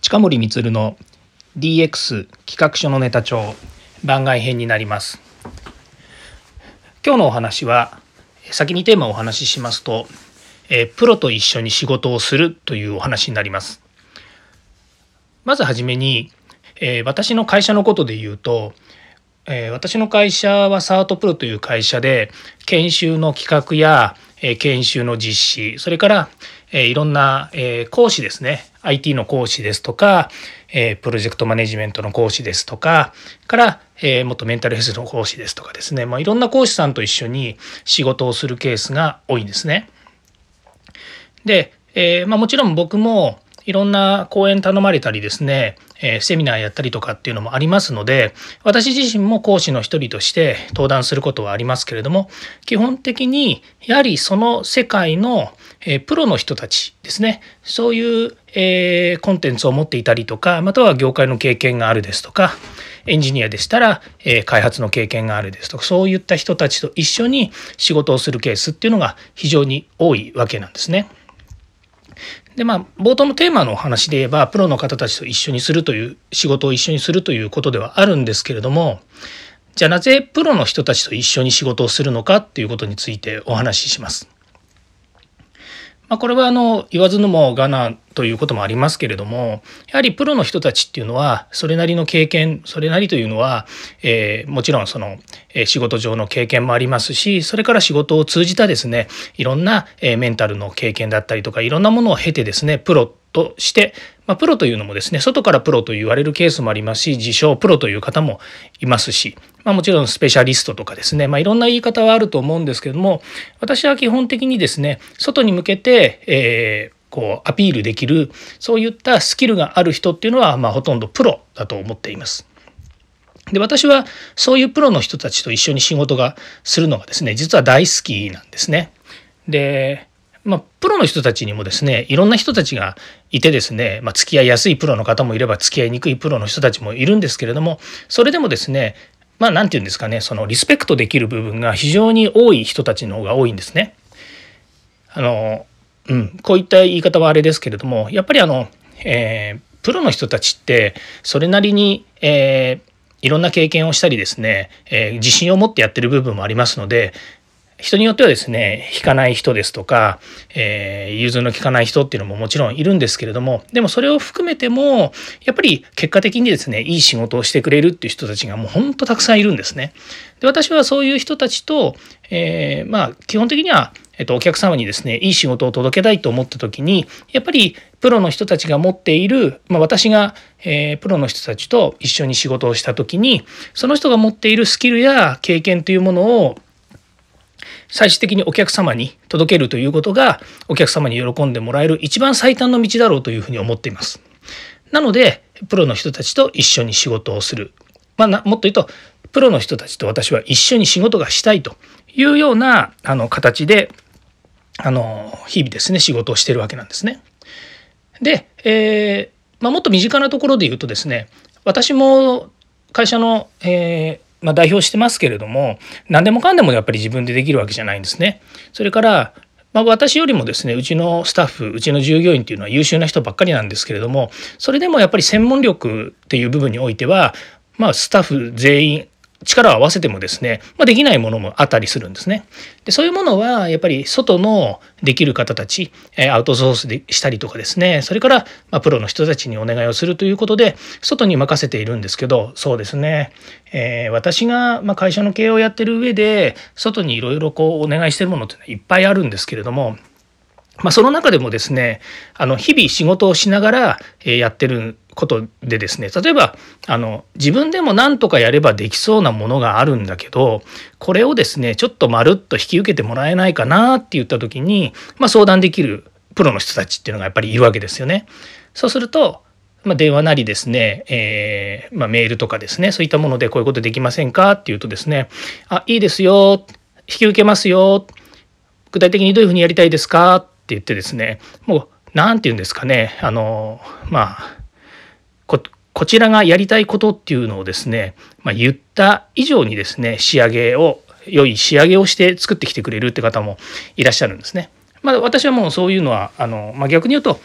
近森光の DX 企画書のネタ帳番外編になります。今日のお話は先にテーマをお話ししますと、プロと一緒に仕事をするというお話になります。まずはじめに、私の会社のことで言うと、私の会社はサートプロという会社で研修の企画や研修の実施、それからいろんな講師ですね、 IT の講師ですとかプロジェクトマネジメントの講師ですとかからもっとメンタルヘルスの講師ですとかですね、いろんな講師さんと一緒に仕事をするケースが多いんですね。で、もちろん僕もいろんな講演頼まれたりですね、セミナーやったりとかっていうのもありますので、私自身も講師の一人として登壇することはありますけれども、基本的にやはりその世界のプロの人たちですね、そういうコンテンツを持っていたりとか、または業界の経験があるですとか、エンジニアでしたら開発の経験があるですとか、そういった人たちと一緒に仕事をするケースっていうのが非常に多いわけなんですね。で冒頭のテーマのお話で言えば、プロの方たちと一緒にするという仕事を一緒にするということではあるんですけれども、じゃあなぜプロの人たちと一緒に仕事をするのかっていうことについてお話しします。これは言わずのもがなということもありますけれども、やはりプロの人たちっていうのはそれなりの経験、それなりというのは、もちろんその仕事上の経験もありますし、それから仕事を通じたですね、いろんなメンタルの経験だったりとか、いろんなものを経てですね、プロとして、プロというのもですね、外からプロと言われるケースもありますし、自称プロという方もいますし、もちろんスペシャリストとかですね、いろんな言い方はあると思うんですけども、私は基本的にですね、外に向けて、アピールできる、そういったスキルがある人っていうのは、ほとんどプロだと思っています。で、私はそういうプロの人たちと一緒に仕事がするのがですね、実は大好きなんですね。で、プロの人たちにもですね、いろんな人たちがいてですね、付き合いやすいプロの方もいれば付き合いにくいプロの人たちもいるんですけれども、それでもですね、なんていうんですかね、そのリスペクトできる部分が非常に多い人たちの方が多いんですね。こういった言い方はあれですけれども、やっぱりプロの人たちってそれなりに、いろんな経験をしたりですね、自信を持ってやってる部分もありますので、人によってはですね、引かない人ですとか、融通の利かない人っていうのももちろんいるんですけれども、でもそれを含めてもやっぱり結果的にですね、いい仕事をしてくれるっていう人たちがもう本当たくさんいるんですね。で、私はそういう人たちと、基本的にはお客様にですね、いい仕事を届けたいと思った時に、やっぱりプロの人たちが持っている、私が、プロの人たちと一緒に仕事をした時に、その人が持っているスキルや経験というものを最終的にお客様に届けるということが、お客様に喜んでもらえる一番最短の道だろうというふうに思っています。なのでプロの人たちと一緒に仕事をする、もっと言うとプロの人たちと私は一緒に仕事がしたいというような形で日々ですね、仕事をしているわけなんですね。で、もっと身近なところで言うとですね、私も会社の、代表してますけれども、何でもかんでもやっぱり自分でできるわけじゃないんですね。それから、私よりもですね、うちのスタッフ、うちの従業員っていうのは優秀な人ばっかりなんですけれども、それでもやっぱり専門力っていう部分においては、スタッフ全員力を合わせてもですね、できないものもあったりするんですね。で、そういうものはやっぱり外のできる方たち、アウトソースでしたりとかですね、それからプロの人たちにお願いをするということで外に任せているんですけど、そうですね、私が会社の経営をやってる上で外にいろいろお願いしてるものっていっぱいあるんですけれども、その中でもですね、日々仕事をしながらやってることでですね、例えば自分でも何とかやればできそうなものがあるんだけど、これをですねちょっとまるっと引き受けてもらえないかなって言った時に、相談できるプロの人たちっていうのがやっぱりいるわけですよね。そうすると電話なりですね、メールとかですね、そういったものでこういうことできませんかっていうとですね、いいですよ、引き受けますよ、具体的にどういうふうにやりたいですかって言ってですね、もう何て言うんですかね、こちらがやりたいことっていうのをですね、言った以上にですね、良い仕上げをして作ってきてくれるって方もいらっしゃるんですね。私はもうそういうのは逆に言うと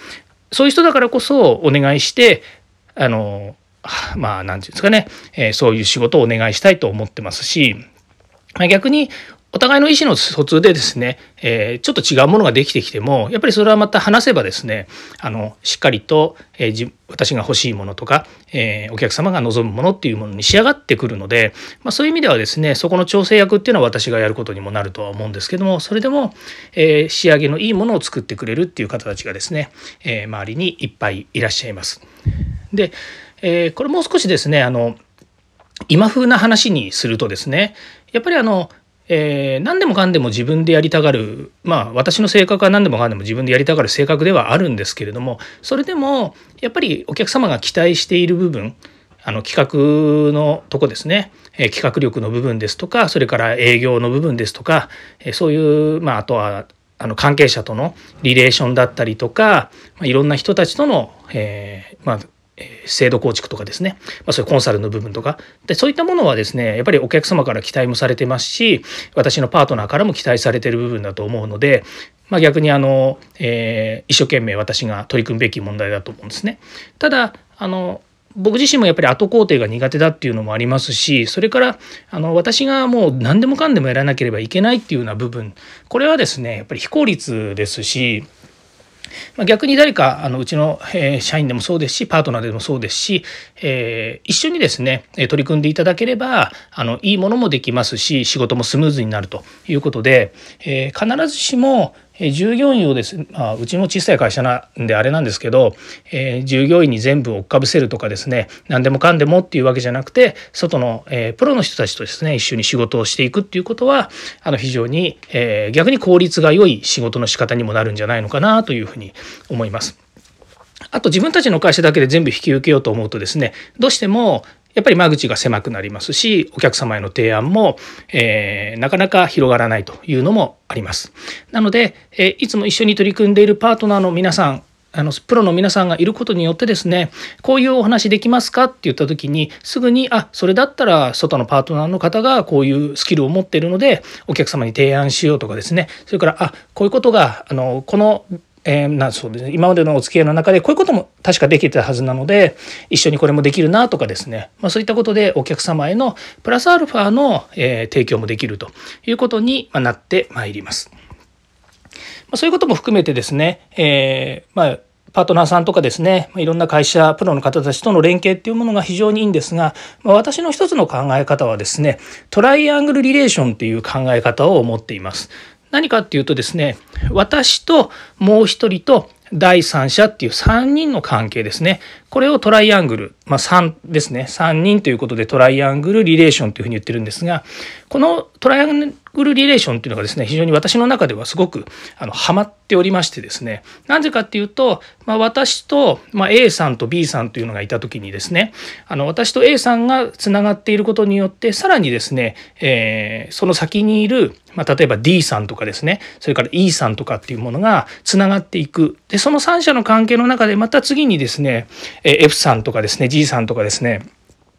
そういう人だからこそお願いして何て言うんですかね、そういう仕事をお願いしたいと思ってますし、逆にお互いの意思の疎通でですね、ちょっと違うものができてきてもやっぱりそれはまた話せばですねしっかりと、私が欲しいものとか、お客様が望むものっていうものに仕上がってくるので、そういう意味ではですねそこの調整役っていうのは私がやることにもなるとは思うんですけども、それでも、仕上げのいいものを作ってくれるっていう方たちがですね、周りにいっぱいいらっしゃいます。で、これもう少しですね今風な話にするとですねやっぱり何でもかんでも自分でやりたがる私の性格は何でもかんでも自分でやりたがる性格ではあるんですけれども、それでもやっぱりお客様が期待している部分企画のとこですね、企画力の部分ですとかそれから営業の部分ですとかそういうあとは関係者とのリレーションだったりとかいろんな人たちとの制度構築とかですね、そういうコンサルの部分とかでそういったものはですねやっぱりお客様から期待もされてますし私のパートナーからも期待されている部分だと思うので、逆に一生懸命私が取り組むべき問題だと思うんですね。ただ僕自身もやっぱり後工程が苦手だっていうのもありますし、それから私がもう何でもかんでもやらなければいけないっていうような部分、これはですねやっぱり非効率ですし、逆に誰かうちの社員でもそうですしパートナーでもそうですし、一緒にですね取り組んでいただければいいものもできますし仕事もスムーズになるということで、必ずしも従業員をですね、うちも小さい会社なんであれなんですけど、従業員に全部追っかぶせるとかですね何でもかんでもっていうわけじゃなくて外の、プロの人たちとですね一緒に仕事をしていくっていうことは非常に、逆に効率が良い仕事の仕方にもなるんじゃないのかなというふうに思います。あと自分たちの会社だけで全部引き受けようと思うとですねどうしてもやっぱり間口が狭くなりますしお客様への提案も、なかなか広がらないというのもあります。なので、いつも一緒に取り組んでいるパートナーの皆さんプロの皆さんがいることによってですねこういうお話できますかって言った時にすぐにそれだったら外のパートナーの方がこういうスキルを持っているのでお客様に提案しようとかですね、それからこういうことがこのそうですね、今までのお付き合いの中でこういうことも確かできてたはずなので一緒にこれもできるなとかですね、そういったことでお客様へのプラスアルファの、提供もできるということになってまいります。そういうことも含めてですね、パートナーさんとかですねいろんな会社プロの方たちとの連携っていうものが非常にいいんですが、私の一つの考え方はですねトライアングルリレーションっていう考え方を持っています。何かっていうとですね私ともう一人と第三者っていう3人の関係ですね、これをトライアングル、3ですね3人ということでトライアングルリレーションというふうに言ってるんですが、このトライアングルリレーションっていうのがですね非常に私の中ではすごくハマっておりましてですね、なぜかっていうと、私と、A さんと B さんというのがいた時にですね私と A さんがつながっていることによってさらにですね、その先にいる例えば D さんとかですねそれから E さんとかっていうものがつながっていく。でその3者の関係の中でまた次にですね F さんとかですね G さんとかですね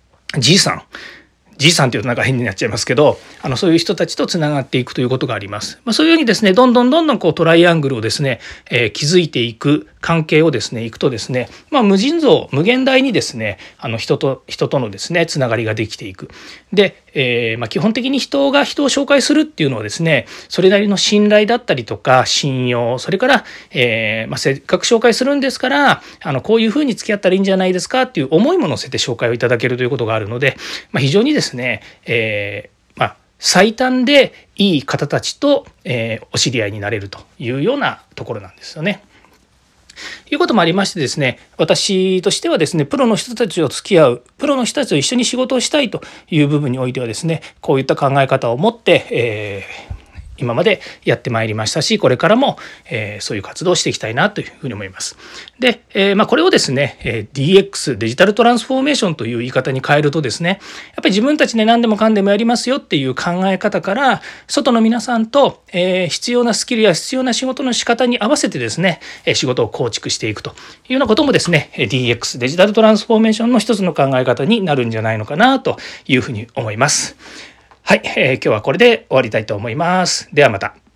G さんっていうとなんか変になっちゃいますけどそういう人たちとつながっていくということがあります。そういうようにですねどんどんこうトライアングルをですね、築いていく関係をですねいくとですね、無限大にですね人とのですねつながりができていく。で、基本的に人が人を紹介するっていうのはですねそれなりの信頼だったりとか信用、それから、せっかく紹介するんですからこういうふうに付き合ったらいいんじゃないですかっていう思いも乗せて紹介をいただけるということがあるので、非常にですね、最短でいい方たちと、お知り合いになれるというようなところなんですよね。いうこともありましてですね、私としてはですねプロの人たちと付き合う、プロの人たちと一緒に仕事をしたいという部分においてはですねこういった考え方を持って、今までやってまいりましたしこれからも、そういう活動をしていきたいなというふうに思います。で、これをですね DX デジタルトランスフォーメーションという言い方に変えるとですねやっぱり自分たちで何でもかんでもやりますよっていう考え方から外の皆さんと、必要なスキルや必要な仕事の仕方に合わせてですね仕事を構築していくというようなこともですね DX デジタルトランスフォーメーションの一つの考え方になるんじゃないのかなというふうに思います。はい、今日はこれで終わりたいと思います。ではまた。